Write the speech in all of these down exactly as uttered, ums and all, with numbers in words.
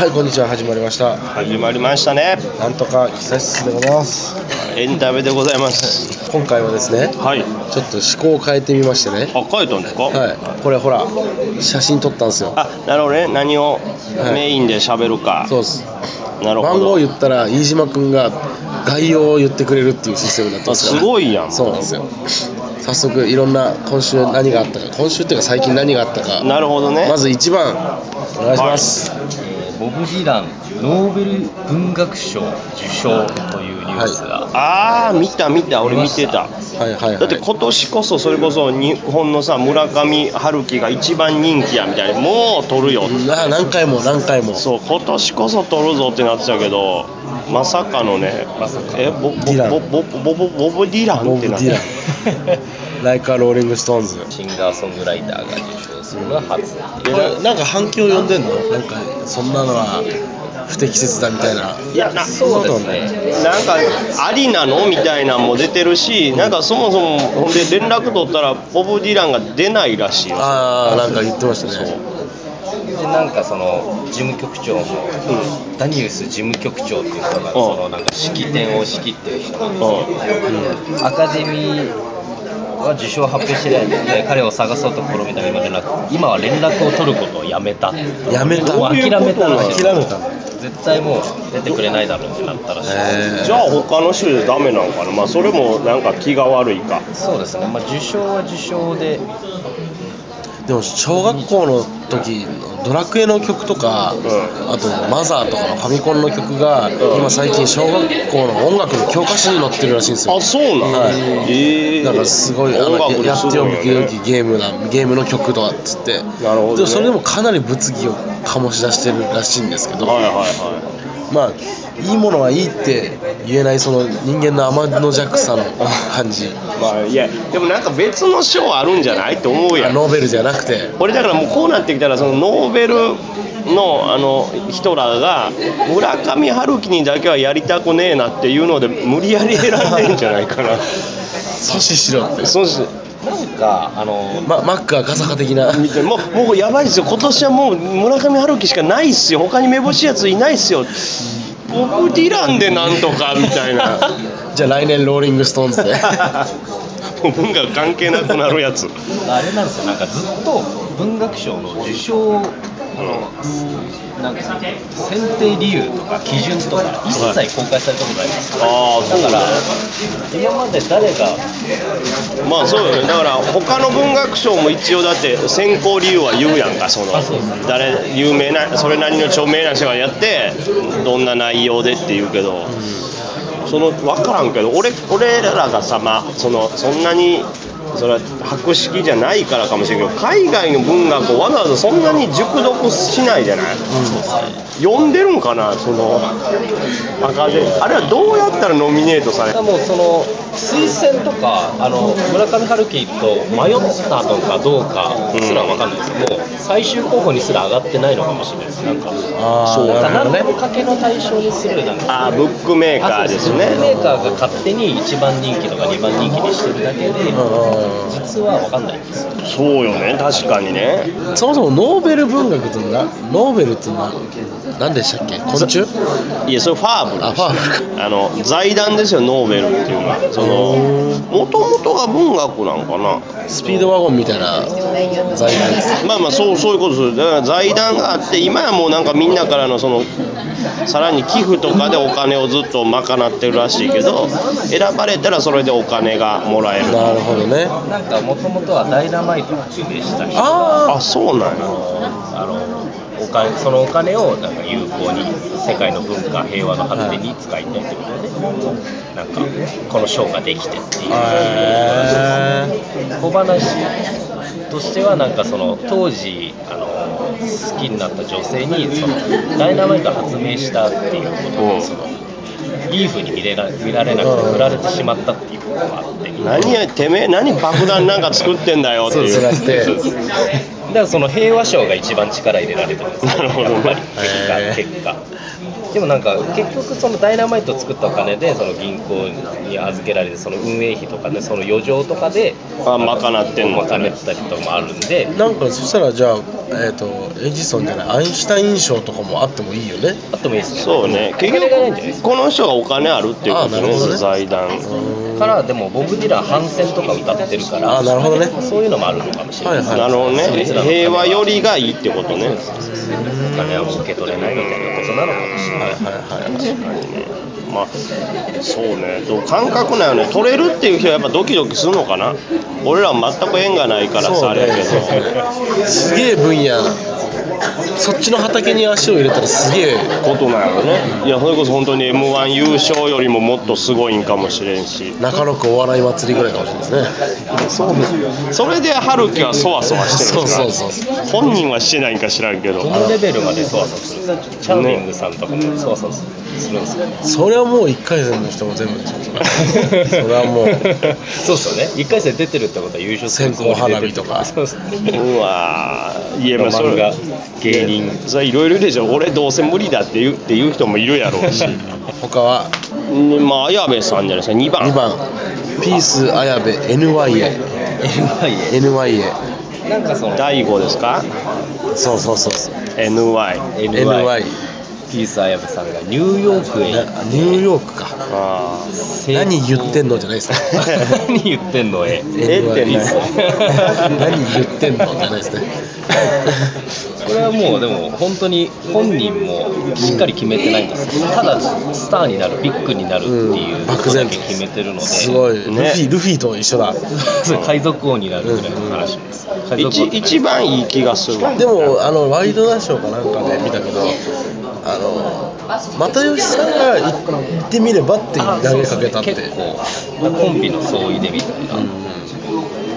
はい、こんにちは。始まりました。 始まりましたね。 なんとか喫茶室でございます。 エンタメでございます。 今回はですね、 はい、 ちょっと思考を変えてみましてね。 あ、変えたんですか？ はい、これほら写真撮ったんですよ。 あ、なるほどね。何をメインで喋るか、 はい、そうです。 なるほど。 番号を言ったら飯島くんが概要を言ってくれるっていうシステムになってますから。 すごいやん。 そうなんですよ。早速いろんな今週何があったか、今週っていうか最近何があったか。 なるほどね。 まずいちばんお願いします。 はい、えー、ボブ・ディランノーベル文学賞受賞というニュースが、 はい、ああ見た見た俺見てた。 はいはいはい、 だって今年こそそれこそ日本のさ村上春樹が一番人気やみたいな、もう取るよ。 な何回も何回も。 そう今年こそ取るぞってなってたけど、まさかのね、 まさかえボボボボボボボボディランってなって。 ライカローリングストーンズシンガーソングライターが受賞するのは初。 これなんか反響呼んでんの？なんかそんなのは不適切だみたいな。 いやな、 そうですね。 なんかありなのみたいなのも出てるし、なんかそもそもほんで連絡取ったらボブ・ディランが出ないらしいよ。 ああなんか言ってましたね。 そうでなんかその事務局長も、うん、ダニエルス事務局長っていう人が、うん、そのなんか式典を仕切ってる人なんですけど、うん、アカデミーは受賞を発表してないので彼を探そうと試みた今じゃなく今は連絡を取ることをやめたやめたもう諦めたらしい。 諦めた絶対もう出てくれないだろうってなったらしい。 じゃあ他の州でダメなのかな。まあそれもなんか気が悪いか。 そうですね、まあ、受賞は受賞で。 でも小学校の時のドラクエの曲とか、うん、あとマザーとかのファミコンの曲が、うん、今最近小学校の音楽の教科書に載ってるらしいんですよ。 あ、そうなの、はい、 えー、なんかすごい音楽やってよゲームなゲームの曲とかっつって。 なるほど、ね、 でもそれでもかなり物議を醸し出してるらしいんですけど、 はいはいはい、 まあいいものはいいって言えないその人間の天の弱さの感じ。 まあいやでもなんか別の賞あるんじゃないって思うやん。 ノーベルじゃなくて。 俺だからもうこうなってきたらそのノーベルのあの人らが村上春樹にだけはやりたくねえなっていうので無理やり選んでんじゃないかな。 阻止しろって。 阻止。 なんかあのま、マックはガサカ的なもうもうやばいですよ。今年はもう村上春樹しかないっすよ。他にめぼしいやついないっすよ。ボブ・ディランでなんとかみたいな。 じゃあ来年ローリングストーンズでもう文学関係なくなるやつ。 あれなんですよ、なんかずっと文学賞の受賞あのなんか選定理由とか基準とか一切公開されたことないんですよ。 ああ、そうだから今まで誰がまあそうよね。だから他の文学賞も一応だって選考理由は言うやんか。その誰有名なそれなりの著名な人がやってどんな内容でって言うけど、うん、その分からんけど俺俺らがさ、まあ、そのそんなにそれは博識じゃないからかもしれんけど海外の文学をわざわざそんなに熟読しないじゃない、うん、読んでるんかなそのアカデミー。あれはどうやったらノミネートされる？ もうその推薦とかあの村上春樹と迷ったのかどうかすら分かんないですけど、うん、もう最終候補にすら上がってないのかもしれないです。なんかあそうかなるほどね。 何かけの対象にするなんかあブックメーカーですね。 ブックメーカーが勝手にいちばん人気とかにばん人気にしてるだけで、実は分かんないんですよ。 そうよね、確かにね。 そもそもノーベル文学ってなノーベルって何でしたっけ？昆虫？ いやそれファーブル。 あファーブル。 あの財団ですよノーベルっていうのは。その元々が文学なんかな。 スピードワゴンみたいな財団です。 まあまあそうそういうことです。だから財団があって今はもうなんかみんなからのそのさらに寄付とかでお金をずっと賄ってるらしいけど選ばれたらそれでお金がもらえる。 なるほどね。 なんかもともとはダイナマイトを発明した人ああそうなんや。 あのお金そのお金をなんか有効に世界の文化平和の発展に使いたいってことで、はい、なんかこの賞ができてっていう小話としてはなんかその当時あの好きになった女性にそのダイナマイトを発明したっていうことでそのいい風に見れら、見られなくて振られてしまったっていうことがあって、 何やてめえ何爆弾なんか作ってんだよっていうだからその平和賞が一番力入れられてるんですよ。 なるほどねやっぱり結果結果。でもなんか結局そのダイナマイトを作ったお金でその銀行に預けられてその運営費とかでその余剰とかであ賄ってんのかね賄ったりとかもあるんで、 なんかそしたらじゃあ、えー、とエジソンじゃないアインシュタイン賞とかもあってもいいよね。 あってもいいですね。 そうね、結局この人がお金あるっていうことね、 ね財団からでもボブ・ディラン反戦とか歌ってるからあなるほどね、 そういうのもあるのかもしれないです、 はいはい、 なるほどね、平和よりがいいってことね。 お金はもう受け取れないみたいなことなのかもしれない。 はいはいはい、 確かにね。まあそうね、感覚なよね。取れるっていう人はやっぱドキドキするのかな。俺らは全く縁がないからさ、あれやけどすげえ分野、そっちの畑に足を入れたらすげえことなんやろね。いやそれこそ本当に エムワン 優勝よりももっとすごいんかもしれんし、 中野区お笑い祭りぐらいかもしれないですね。 そうそれで春樹はそわそわしてるんですか。 そうそうそう本人はしてないんか知らんけど、 どのレベルまでそわそわするんですか。チャーミングさんとかもそわそわするんですか。 それはもういっかい戦の人も全部でしょそれはもうそうですよね。いっかい戦出てるってことは優勝する線香花火とかそうですね。 うわー、いやまあそ漫画れ芸人それいろいろいるでしょ。俺どうせ無理だって言うっていう人もいるやろうし他はまあ綾部さんじゃないですか。にばんにばんピース綾部 エヌワイエー エヌワイエーなんかその第五ですか。 そうそうそうそうエヌワイエヌワイエヌワイピース綾部さんがニューヨークへ行ってニューヨークかあ何言ってんのじゃないですか何言ってんのええってね何言ってんのじゃないですねこれはもうでも本当に本人もしっかり決めてないんですよ。ただスターになるビッグになるっていう漠然とことだけ決めてるので、 すごい、 ね、 ルフィルフィと一緒だ海賊王になるぐらいの話です。海賊王って一番いい気がするわ。 でもあのワイドナショーかなんかで見たけどあの又吉さんが行ってみればって投げかけたって結構コンビの総意でみたいな、うん、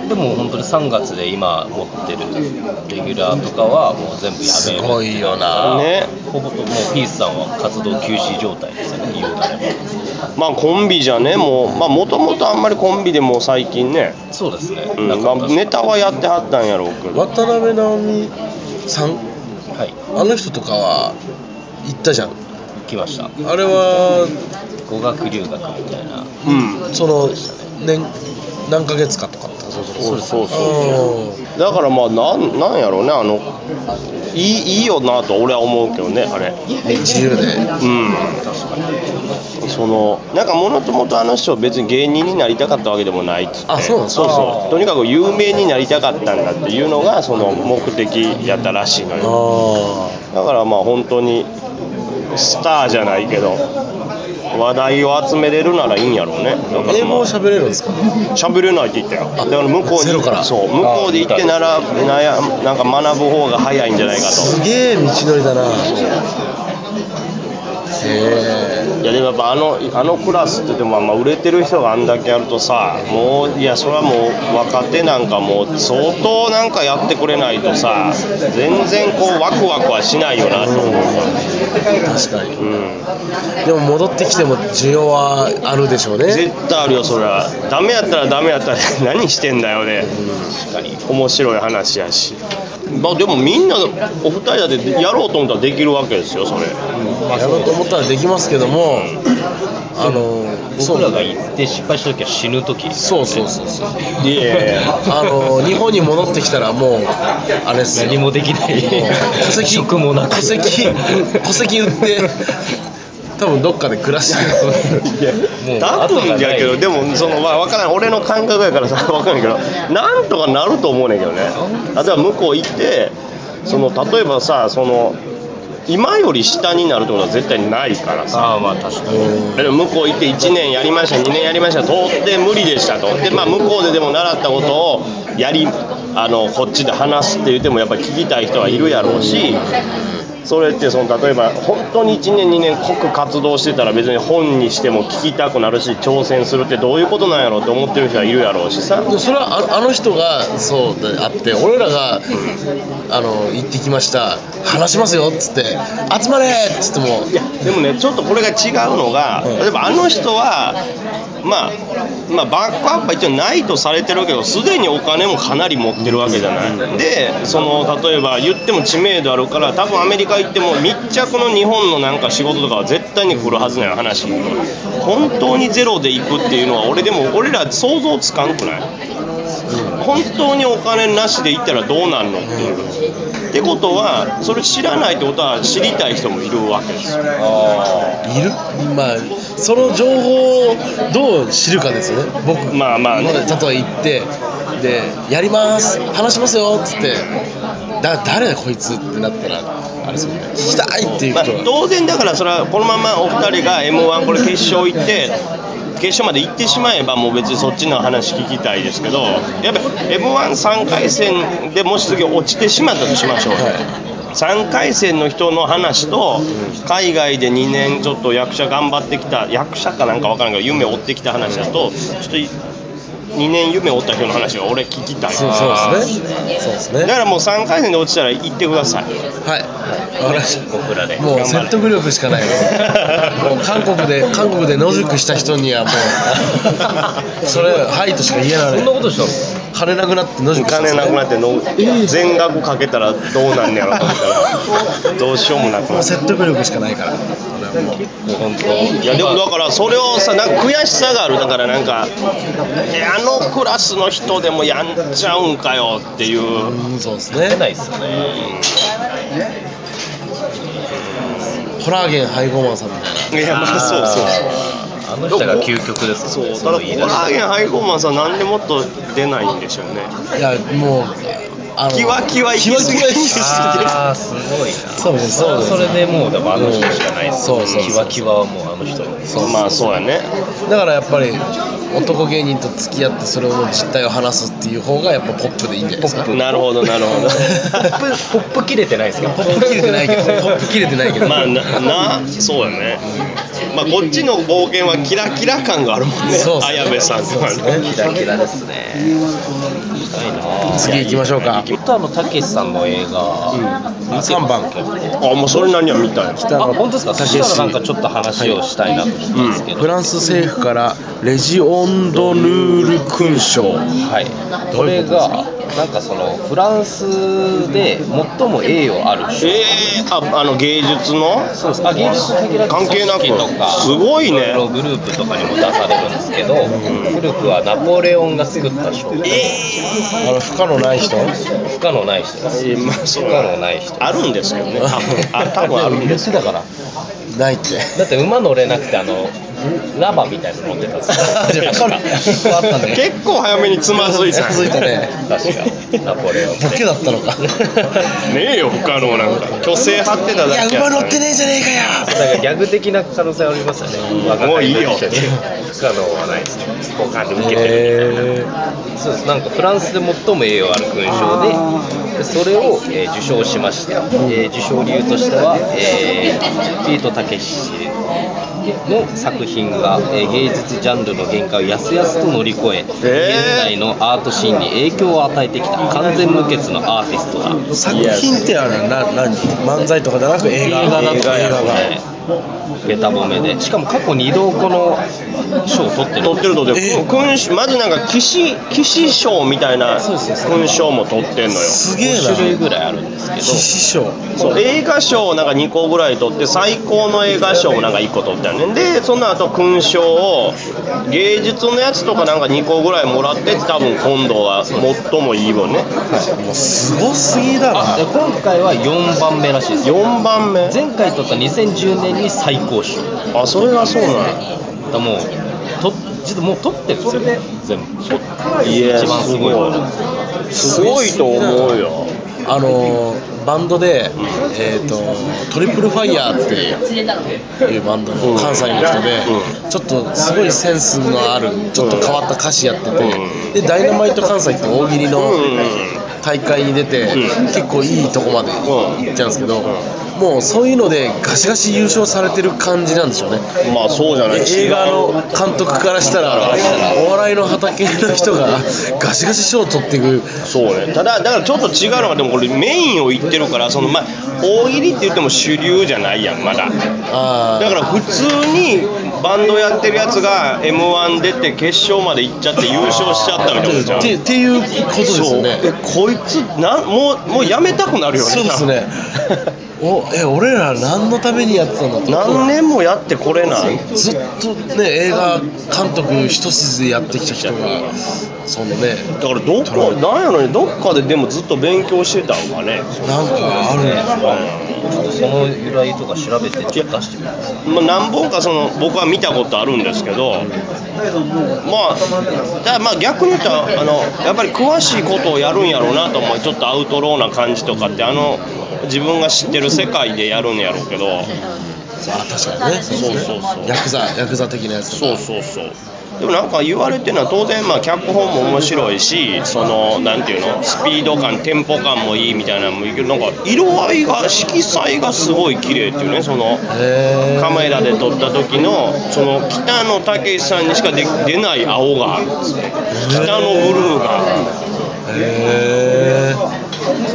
でも本当にさんがつで今持ってるレギュラーとかはもう全部やめる。 すごいよな、 ね、 ほぼもうピースさんは活動休止状態ですよね、言うなれば。 まあコンビじゃね、もうまあもともとあんまりコンビでも最近ね、 そうですね、 うん、 なんかまあ、ネタはやってはったんやろうけど、 渡辺直美さん、 はい、 あの人とかは行ったじゃん。 来ました。 あれは語学留学みたいな、 うん、 その年何ヶ月かとかってことですか。 そうそうそうだからまあなんなんやろうね、あのいいいいよなと俺は思うけどね、あれ自由で、 うん、確かにそのなんかもともとあの人別に芸人になりたかったわけでもないっつって、 あ、そうなんですか。 そうそう、とにかく有名になりたかったんだっていうのがその目的やったらしいのよ。だからまあ本当にスターじゃないけど話題を集めれるならいいんやろうね。だから、まあ、 英語を喋れるんですか。 喋れないって言ったよ。だから向こうにゼロからそう向こうで行ってならなやなんか学ぶ方が早いんじゃないかと。 すげえ道のりだな。へいやでもやっぱあのあのクラスって言ってもまあ売れてる人があんだけやるとさ、もういやそれはもう若手なんかもう相当なんかやってくれないとさ全然こうワクワクはしないよなと思う。 確かに、 うん、 でも戻ってきても需要はあるでしょうね。 絶対あるよそれは。ダメやったらダメやったら何してんだよね、 確かに面白い話やし、まあ、でもみんなお二人だってやろうと思ったらできるわけですよそれ、 うん、やろうと思ったらできますけども、あの僕らが行って失敗した時は死ぬ時、 そうそうそうそういやあの日本に戻ってきたらもうあれっすよ、 何もできない戸籍職もなく戸籍戸籍売って多分どっかで暮らしてる多分やけど、でもその、まあ、分からん俺の感覚やからさ分からんけどなんとかなると思うねんけどね。例えば向こう行ってその例えばさその今より下になるってことは絶対ないからさ。 ああまあ確かに。 でも向こう行っていちねんやりましたにねんやりました到底無理でしたと。でまあ向こうででも習ったことをやりあのこっちで話すって言ってもやっぱり聞きたい人はいるやろうし、それってその例えば本当にいちねんにねん濃く活動してたら別に本にしても聞きたくなるし挑戦するってどういうことなんやろうって思ってる人はいるやろうしさ。 それは あ, あの人がそうであって俺らが、うん、あの行ってきました話しますよっつって集まれっつってもいやでもねちょっとこれが違うのが、うん、例えばあの人はまあまあ、バックアップは一応ないとされてるけどすでにお金もかなり持ってるわけじゃない、でその例えば言っても知名度あるから多分アメリカ行っても密着の日本のなんか仕事とかは絶対に来るはずない話、本当にゼロで行くっていうのは俺でも俺ら想像つかんくない？本当にお金なしで行ったらどうなるのっていう、ってことはそれ知らないってことは知りたい人もいるわけですよ。 あいる、まあその情報をどう知るかですよね。僕まあまあね、 例えば行ってでやります話しますよっつってだ誰だこいつってなったらあれですよね、聞きたいっていう人は、 まあ、当然だからそれはこのままお二人が エムワン これ決勝行って決勝まで行ってしまえばもう別にそっちの話聞きたいですけど、やっぱり エムワンさん 回戦でもし次落ちてしまったとしましょう、はい、さんかい戦の人の話と海外でにねんちょっと役者頑張ってきた役者かなんか分からんけど夢を追ってきた話だとちょっとにねん夢を追った人の話は俺聞きたい。 そうそうですね。そうですね。 だからもうさんかい戦で落ちたら行ってください。 はい。わかりました。 僕らで。 もう説得力しかない。もう韓国で韓国で野宿した人にはもうそれはいとしか言えない。 そんなことしたんですか？ 金なくなって野宿したんです、ね。 金なくなっての、えー、全額かけたらどうなんねやろと思ったらどうしようもなくなって。 説得力しかないから。 結構本当。 いやでもだからそれをさなんか悔しさがあるだからなんか。あのクラスの人でもやんちゃうんかよっていう、 うん、そうですね。 出ないですよね。 コラーゲン配合マンさんみたいな。 いやまあそうそう。 あの人が究極ですよね。 そう。ただコラーゲン配合マンさんなんでもっと出ないんでしょうね。 いやもう。あのキワキワ行き過ぎあーすごいな。 そうですそうです。 それでもうでもあの人しかないです。 そうそうキワキワはもうあの人。 そうまあそうやね。 だからやっぱり男芸人と付き合ってそれの実態を話すっていう方がやっぱポップでいいんじゃないですか。 なるほどなるほど。 ポップポップ切れてないですけど。 ポップ切れてないけどポップ切れてないけど。 まあななそうやね。まあこっちの冒険はキラキラ感があるもんね。綾部さんとかね。 キラキラですね。したいな。 次行きましょうか。 北野武さんの映画、 うん、さんばん。 あもうそれ何は見たい。 あ本当ですか。そしたらなんかちょっと話をしたいなと思ったんですけど、 うん、フランス政府からレジオンドヌール勲章、 はい、これがなんかそのフランスで最も栄誉ある賞、 えー、あ, あの芸術のそうです。あ芸術に限らず関係なくとかすごいね。 グループとかにも出されるんですけど、うん、古くはナポレオンが作った賞、 えー、あの不可能ない人不可能ない人です、えーまあ、不可能ない人あるんですけどね多分あ多分あるんですだからないってだって馬乗れなくてあのラバみたいなの乗ってたんですよ結構あったんだね。 結構早めにつまずいたつまずいたね。 確かナポレオンボケだったのかねえよ不可能なんか虚勢張ってただけ。 いや馬乗ってねえじゃねえかよ。 だからギャグ的な可能性ありますよね。 もういいよ不可能はないですね。好感で受けてる。そうです。なんかフランスで最も栄誉ある勲章で、それを、えー、受賞しました、えー、受賞理由としては、えー、ビートたけしの作品が、えー、芸術ジャンルの限界をやすやすと乗り越え、えー、現代のアートシーンに影響を与えてきた完全無欠のアーティストだ。 作品ってあれな何漫才とかじゃなく映画映画だと映画映画がベタ褒めで、しかも過去にどこの賞を取ってる取ってるので、えー、勲章まずなんか騎士騎士賞みたいな勲章も取ってんのよ。 すげえな。 ご種類ぐらいあるんですけど、 騎士賞そう映画賞をなんかにこぐらい取って最高の映画賞もなんかいっこ取ったよね。でその後勲章を芸術のやつとかなんかにこぐらいもらって多分今度は最もいいよね。 もうすごすぎだな。 今回はよんばんめらしいです。 よんばんめ。 前回取ったにせんじゅうねんに最高賞。 あそれがそうなんだ。もうと実はもう取ってるんですよね全部。 いや一番すごいのすごいと思うよ。 あのバンドで、えー、とトリプルファイヤーっていうバンドの関西の人で、うん、ちょっとすごいセンスのあるちょっと変わった歌詞やってて、うん、でダイナマイト関西って大喜利の大会に出て、うん、結構いいとこまで行っちゃうんですけど、うん、もうそういうのでガシガシ優勝されてる感じなんでしょうね。 まあそうじゃない。 映画の監督からしたらお笑いの畑の人がガシガシ賞を取っていく。 そうね。ただだからちょっと違うのはでもこれメインを言ってるからそのまあ大喜利って言っても主流じゃないやんまだ。あだから普通にバンドやってるやつが エムワン 出て決勝まで行っちゃって優勝しちゃったみたいなじゃん。 っていうことですよね。 えこいつなもうもうやめたくなるよね。 そうですね。おえ俺ら何のためにやってたんだと。 何年もやってこれないずっとね映画監督一筋でやってきた人がそのねだからどこなんやろねどっかででもずっと勉強してたんかね。 なんかあるんですかね。 その由来とか調べて出してみます。 まあ何本かその僕は見たことあるんですけど、うん、まあだまあ逆に言ったらあのやっぱり詳しいことをやるんやろうなと思う。ちょっとアウトローな感じとかってあの自分が知ってる世界でやるんやろうけど、うん、 あ確かにね。そうそうそうヤクザヤクザ的なやつとか。そうそうそう。でもなんか言われてるのは当然まあ脚本も面白いしそのなんていうのスピード感テンポ感もいいみたいなのもいいけどなんか色合いが色彩がすごい綺麗っていうねそのカメラで撮った時のその北野武さんにしかで出ない青が北のブルーがへー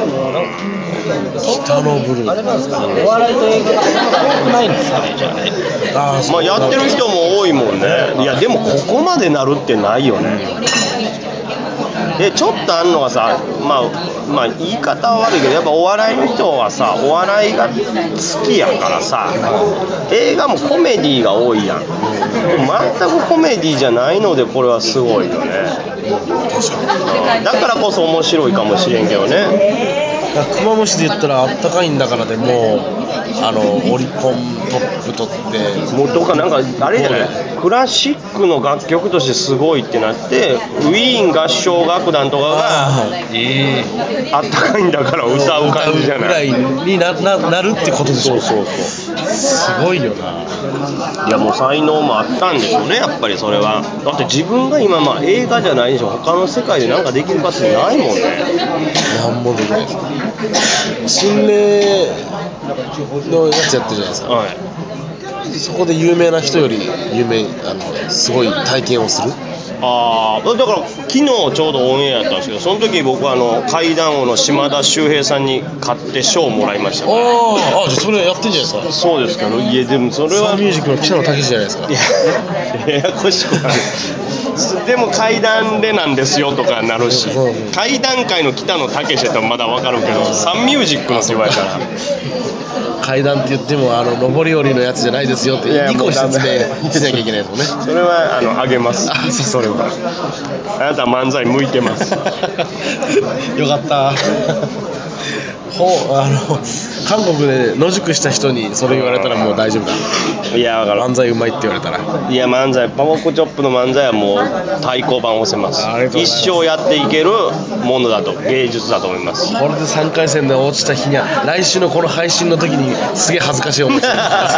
北のブルーあれなんですかねお笑いと映画がないんですかねじゃあね。 あまあやってる人も多いもんね。いやでもここまでなるってないよね。でちょっとあんのがさ、まあ、まあ言い方は悪いけどやっぱお笑いの人はさお笑いが好きやからさ映画もコメディが多いやん。全くコメディじゃないのでこれはすごいよね。だからこそ面白いかもしれんけどね。 熊虫で言ったらあったかいんだからでもあのオリコントップ取ってもうとかなんかあれじゃないクラシックの楽曲としてすごいってなってウィーン合唱楽団とかが あ, えー、あったかいんだから歌う感じじゃないぐらいに な, な, なるってことでしょ。 そうそうそうすごいよな。 いやもう才能もあったんでしょうねやっぱりそれは。だって自分が今まあ映画じゃないでしょ他の世界で何かできるかってないもんね。 なんもできない。心霊のやつやってるじゃないですか、はい、そこで有名な人より有名あのすごい体験をする。 ああだから昨日ちょうどオンエアやったんですけどその時僕はあの怪談王の島田秀平さんに買って賞をもらいましたから。 ああじゃあそれやってんじゃないですか。 そうですか。いやでもそれはサンミュージックの北野武じゃないですか。いやややこしくなるでも怪談でなんですよとかなるし、うん、怪談界の北野武やったらまだ分かるけどサンミュージックのって言われたら階段って言ってもあの上り下りのやつじゃないですよってにこ説明しなきゃいけないですもんね。 それはあの励ますあそれはあなた漫才向いてますよかったほあの韓国で野宿した人にそれ言われたらもう大丈夫だ。 いやだから漫才うまいって言われたらいや漫才パモコチョップの漫才はもう対抗版押せます。一生やっていけるものだと芸術だと思います。 これでさんかい戦で落ちた日には来週のこの配信の時にすげえ恥ずかしい思い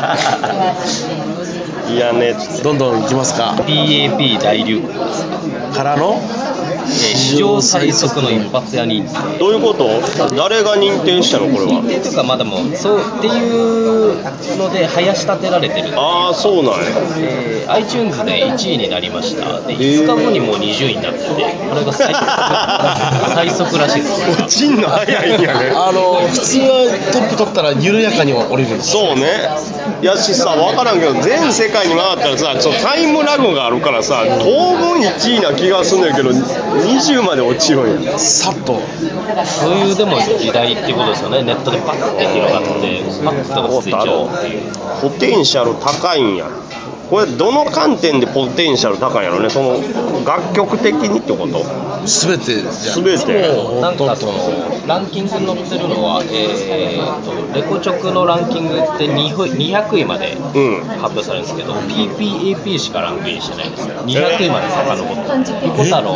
いやねどんどんいきますか。 ピーエーピー 大流行からのえー、史上最速の一発屋認定。 どういうこと？誰が認定したのこれは？ 認定というかまあでもそうっていうので林立てられてる。 ああそうなんや。 えー、iTunes でいちいになりました。でいつかごにもうにじゅういになっててこれが最速最速らしいです。 落ちんの早いんやねあの普通はトップ取ったら緩やかに降りるんです。 そうね。やしさ分からんけど全世界に回ったらさちょっとタイムラグがあるからさ当分いちいな気がするんだけどにじゅうまで落ちるんやさっと。 そういうでも時代っていうことですよね。ネットでパッて広がってパッとついちゃうっていう。 ポテンシャル高いんや。これどの観点でポテンシャル高いんやろね。その楽曲的にってこと？ 全てじゃん。 全てなんかそのランキングに載ってるのは、えー、とレコチョクのランキングってにひゃくいまで発表されるんですけど、うん、ピーピーエーピー しかランクインしてないんですよ。にひゃくいまで遡ってピコ太郎さんって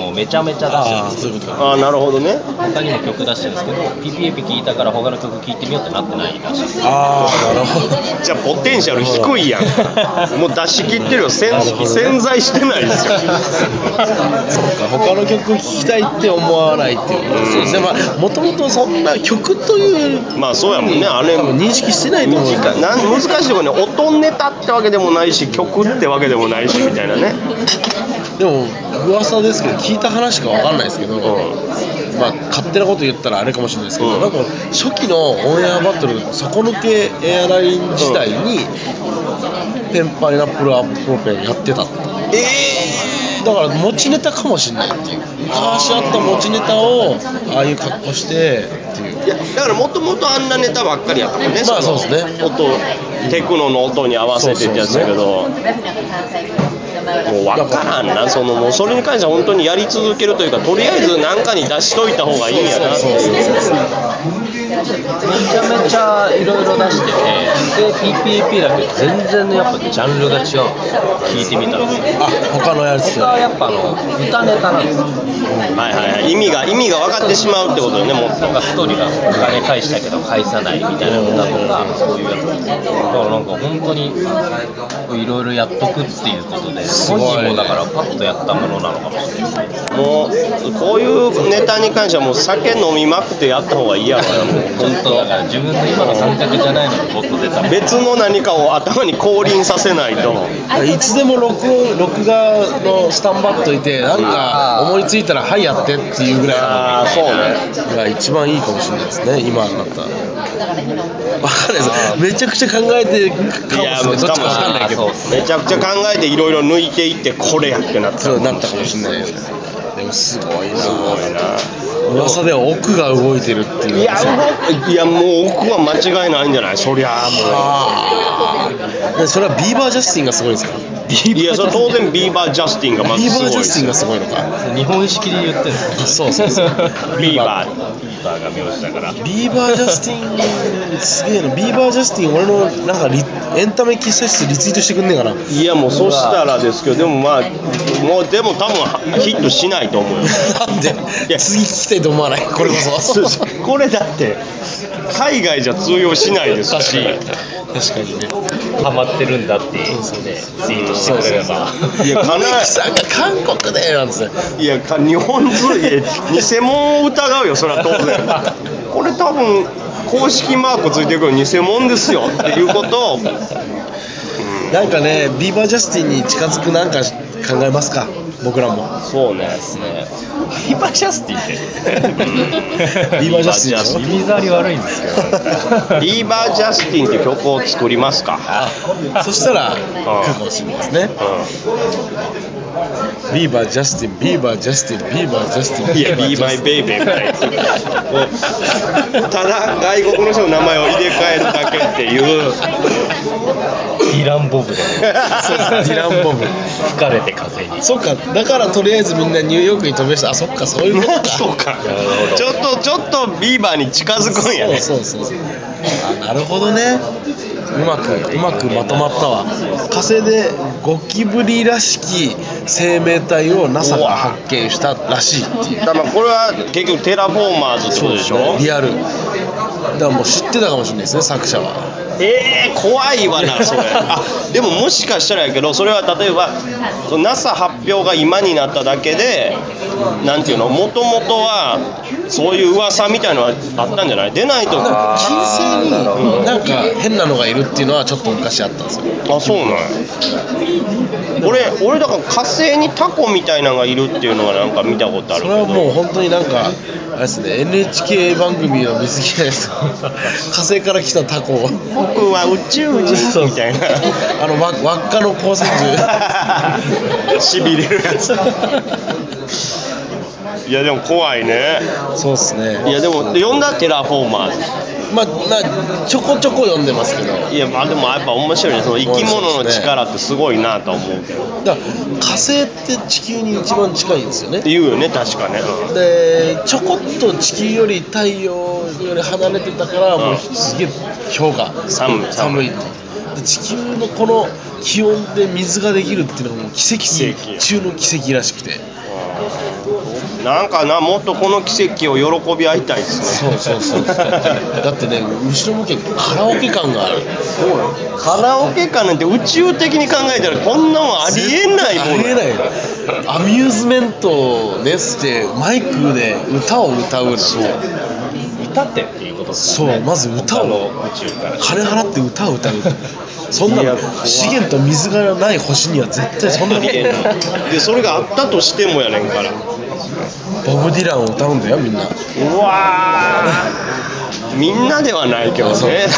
もうめちゃめちゃ出してるんですよ。 ああなるほどね。 他にも曲出してるんですけど ピーピーエーピー 聞いたから他の曲聴いてみようってなってないらしいです。 ああなるほど。 じゃあポテンシャル低いやんもう出し切ってるよ。潜在してないですよそうか他の曲聴きたいって思わないっていうことですね。まあもともとそんな曲というまあそうやもんね。あれ認識してないと思うからなん難しいところね。音ネタってわけでもないし曲ってわけでもないしみたいなね。 でも噂ですけど聞いた話しか分かんないですけど、うん、まあ勝手なこと言ったらあれかもしれないですけど、うん、なんか初期のオンエアバトル底抜けエアライン時代に、うん、ペンパイナップルアップロペンやってたって。えー、だから持ちネタかもしれないっていう。昔あった持ちネタをああいう格好してっていう。 いやだからもともとあんなネタばっかりやったもんね。 まあそうですね。 音テクノの音に合わせてってやつだけど。もう分からんな。そのもうそれに関しては本当にやり続けるというかとりあえず何かに出しといた方がいいんやなっていう。 めちゃめちゃいろいろ出しててで ピーピーエーピー だけ全然のやっぱジャンルが違う。聞いてみたらあ他のやつ他はやっぱあの歌ネタなんですよ。 はいはいはい。意味が意味が分かってしまうってことよね。もうなんかストーリーがお金返したけど返さないみたいな歌とかそういうやつだからなんか本当にいろいろやっとくっていうことで本人もだからパッとやったものなのかもしれない。 もうこういうネタに関してはもう酒飲みまくってやった方がいいやろな。もう本当だから自分の今の感覚じゃないのにもっと出た別の何かを頭に降臨させないといつでも録音録画のスタンバっといてなんか思いついたらはいやってっていうぐらいああそうねが一番いいかもしれないですね今になったら。分かんないですめちゃくちゃ考えてかもしれない。どっちか分かんないけどめちゃくちゃ考えていろいろ抜いていってこれやってなったそうなったかもしれないですね。でもすごいな。 すごいな。 噂では奥が動いてるっていう。 いやいやもう奥は間違いないんじゃない。そりゃもうそれはビーバージャスティンがすごいですか。 いやそれ当然ビーバージャスティンがまずすごいです。 ビーバージャスティンがすごいのか。 日本式で言ってる。 そうそうそうビーバービーバーが名字だからビーバージャスティンすげえな。ビーバージャスティン俺のなんかリエンタメ喫茶室リツイートしてくんねえかな。 いやもうそしたらですけどでもまあもうでも多分ヒットしないと思うよ。 なんでいや次聞きたいと思わないこれこそこれだって海外じゃ通用しないですし確かにねハマってるんだっていうねツイートしてくれればいやかなさんが韓国でなんですよ。 いや日本通偽物を疑うよそれは当然これ多分公式マークついてるけど偽物ですよっていうことを、うん、 なんかねビーバージャスティンに近づくなんか考えますか僕らも。 そうねですねビーバージャスティンってビーバージャスティンでしょ。 耳障り悪いんですけどビーバージャスティンっていう曲を作りますか。 そしたら来るかもしれないですね、うん、ビーバージャスティンビーバージャスティンビーバージャスティンいやビーマイベイベーみたいなただ外国の人の名前を入れ替えるだけっていうディランボブでそうディランボブ吹かれて風に。 そっかだからとりあえずみんなニューヨークに飛び出した。あそっかそういうことかそうかちょっとちょっとビーバーに近づくんやね。 そうそうそうあなるほどね。うまくうまくまとまったわ。火星でゴキブリらしき生命体を ナサ が発見したらしいっていう。 だからこれは結局テラフォーマーズってことでしょ。 ね、リアルだからもう知ってたかもしれないですね作者は。 えー、怖いわなそれあでももしかしたらやけどそれは例えば ナサ 発表が今になっただけでなんていうのもともとはそういう噂みたいなのはあったんじゃない。出ないと金星になんか変なのがいるっていうのはちょっと昔あったんですよ。 あそうなんや。俺俺だから火星にタコみたいなのがいるっていうのはなんか見たことあるけど。 それはもう本当になんかあれですね エヌエイチケー 番組の水着です火星から来たタコ僕は宇宙人みたいなあの輪っかの光線銃しびれるやついやでも怖いね。 そうっすね。 いやでも読んだテラフォーマーズまあまあちょこちょこ読んでますけど。 いやまあでもやっぱ面白いね。その生き物の力ってすごいなと思うけど。 だから火星って地球に一番近いんですよね。 言うよね確かね。 でちょこっと地球より太陽より離れてたからもうすげえ氷が寒い寒いで地球のこの気温で水ができるっていうのがもう奇跡中の奇跡らしくて。 なんかな、もっとこの奇跡を喜び合いたいですね。 そうそうそうだってね、後ろ向きカラオケ感がある。 カラオケ感なんて宇宙的に考えたらこんなもんありえないもん。 ありえないよ。アミューズメントをねしてマイクで歌を歌うなんて。 歌ってっていうことですね。 そう、まず歌を宇宙から金払って歌を歌うそんなの資源と水がない星には絶対そんなことない。 でそれがあったとしてもやねんから。 ボブ・ディランを歌うんだよみんな。 うわーみんなではないけどね。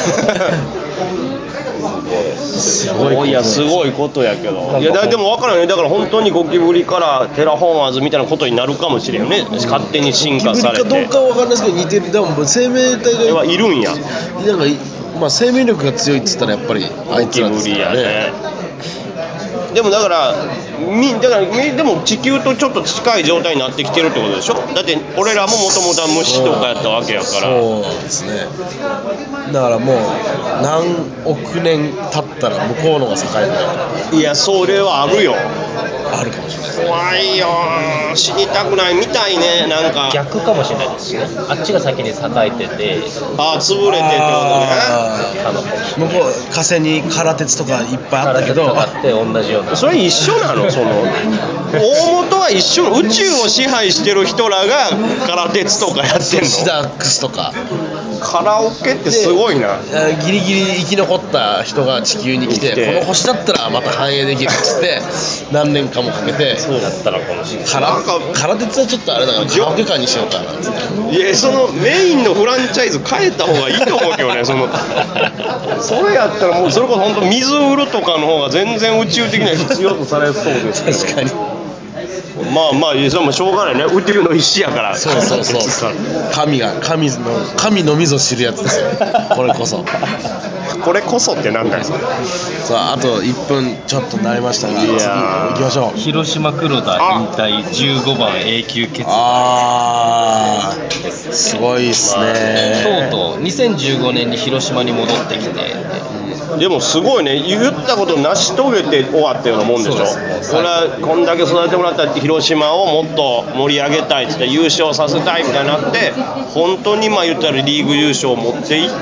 すごい、いやすごいことやけど、いやだでも分からんね。だから本当にゴキブリからテラフォーマーズみたいなことになるかもしれんよね。勝手に進化されて。 ゴキブリかどうかは分かんないですけど似てる。でも生命体がいるんや。 なんかまあ生命力が強いっつったらやっぱりあいつらですからね。 でもだからみだからみでも地球とちょっと近い状態になってきてるってことでしょ。だって俺らももともとは虫とかやったわけやから。 そうですね。だからもう何億年経ったら向こうのが栄える。 いやそれはあるよ。 あるかもしれない。 怖いよ。死にたくないみたいね。なんか逆かもしれないですね。あっちが先に栄えてて、 ああ潰れてってことね。 あの向こう火星に空鉄とかいっぱいあったけど、 空鉄とかあって同じような。 それ一緒なの。その大元は一緒。宇宙を支配してる人らが空鉄とかやってんの。 シダックスとかカラオケってすごいな。 ギリギリ生き残った人が地球に来て、この星だったらまた繁栄できるっつって何年かもかけて、 そうだったらこの空鉄はちょっとあれだからカラオケ館にしようかなっつって。 いやそのメインのフランチャイズ変えた方がいいと思うけどね。そのそれやったらもうそれこそ本当水売るとかの方が全然宇宙的には必要とされそうですけど。 確かに。 まあまあそれもしょうがないね。宇宙の石やから。 そうそうそう神が神の神のみぞ知るやつですよこれこそ。 これこそってなんだよ。 さああといっぷんちょっとなりましたが、次行きましょう。 広島黒田引退じゅうごばん永久欠番。 あーすごいっすね。 とうとうにせんじゅうごねんに広島に戻ってきて、 でもすごいね。言ったこと成し遂げて終わったようなもんでしょ。これはこんだけ育ててもらった広島をもっと盛り上げたいって言って優勝させたいみたいになって、本当にまあ言ったらリーグ優勝を持っていって、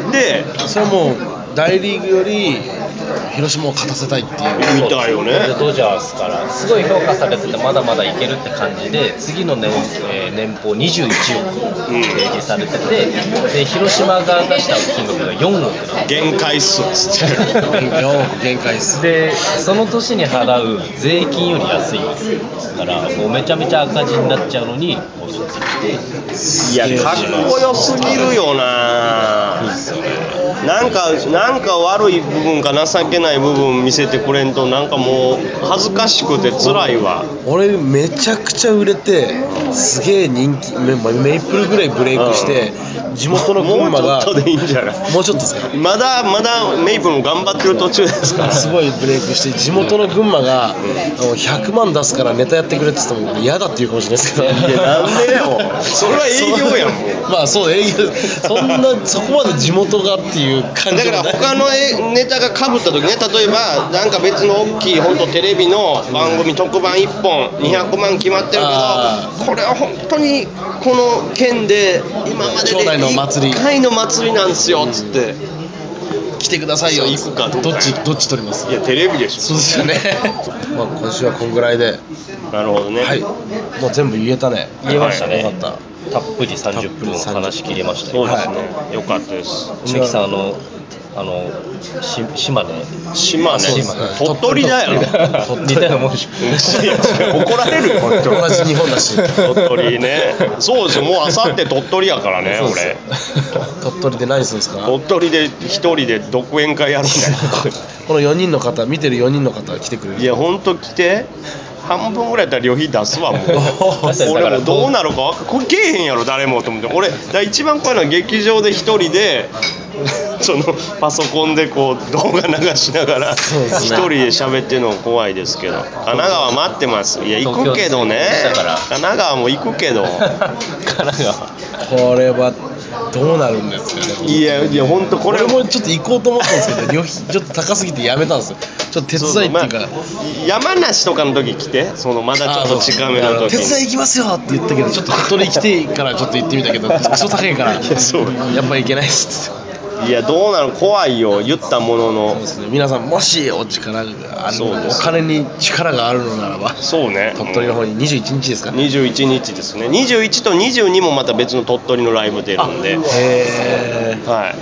それはもう大リーグより広島を勝たせたいっていうみたいよね。 ドジャースからすごい評価されててまだまだいけるって感じで、次の年、えー、年俸にじゅういちおく提示されてて、で広島が出した金額がよんおくなんで限界っすっつってよんおく限界っす。 でその年に払う税金より安いからもうめちゃめちゃ赤字になっちゃうのに戻ってきて、 いやかっこよすぎるよな。なんかなんか悪い部分か情けない部分見せてくれんとなんかもう恥ずかしくて辛いわ。 俺めちゃくちゃ売れてすげえ人気 メ, メイプルぐらいブレイクして、うん、地元の群馬がもうちょっとでいいんじゃない。 もうちょっとですか。 まだまだメイプルも頑張ってる途中ですから。 すごいブレイクして地元の群馬が、うん、ひゃくまん出すからネタやってくれって言っても嫌だって言うかもしれないですけど。 いやなんでよそれは営業やんもう。 まあそう営業そんなそこまで地元がっていう感じ。 だから他のネタが被った時ね、例えばなんか別の大きい本当テレビの番組特番いっぽんにひゃくまん決まってるけど、これは本当にこの県で今まででいっかいの祭りなんですよっつって、 うん、来てくださいよ。 行くかどっちどっち取ります。 いやテレビでしょ。 そうですよねまあ今週はこんぐらいで。 なるほどね。 はい、もう全部言えたね。 言えましたね。 よかった。 たっぷりさんじゅっぷん話し切れましたよ。 そうですね、はい、よかったです。 梅木さんあのあのし島根島根鳥取だよ。 似たようなもんでしょ。 怒られるよ同じ日本だし。 鳥取ね。そうですよ。もうあさって鳥取やからね俺。 鳥取で何するんですか。 鳥取で一人で独演会やるんだよこのよにんの方見てるよにんの方来てくれる。 いやほんと来て。半分ぐらいやったら旅費出すわもう俺もどうなるかこれけえへんやろ誰もと思って。俺一番怖いのは劇場で一人でそのパソコンでこう動画流しながら一人で喋ってるの怖いですけど、神奈川待ってます。いや行くけどね、神奈川も行くけど神奈川これはどうなるんですかね。 いやいや本当これ俺もちょっと行こうと思ったんですけど旅費ちょっと高すぎてやめたんですよ。ちょっと手伝いっていうか、 そうそう、まあ、山梨とかの時来て、そのまだちょっと近めの時に手伝い行きますよって言ったけど、ちょっと鳥来てからちょっと行ってみたけどクソ高いからやそうっぱ行けないっすって。 いやどうなの、怖いよ言ったものの。 そうですね、皆さんもしお力がある、 そうですお金に力があるのならば、 そうね、 鳥取の方ににじゅういちにちですかね。 にじゅういちにちですね。にじゅういちとにじゅうにもまた別の鳥取のライブ出るんで、 へー、 はい、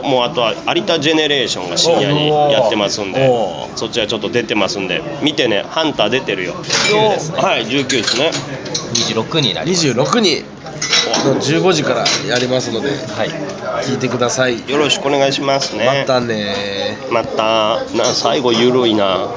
もうあとは有田ジェネレーションが深夜にやってますんで、 おーそっちはちょっと出てますんで見てね。ハンター出てるよ。はいじゅうくですね。 にじゅうろくになります。 にじゅうろくにのじゅうごじからやりますので、 はい、 聞いてください。 よろしくお願いしますね。 またねまたな、最後ゆるいな。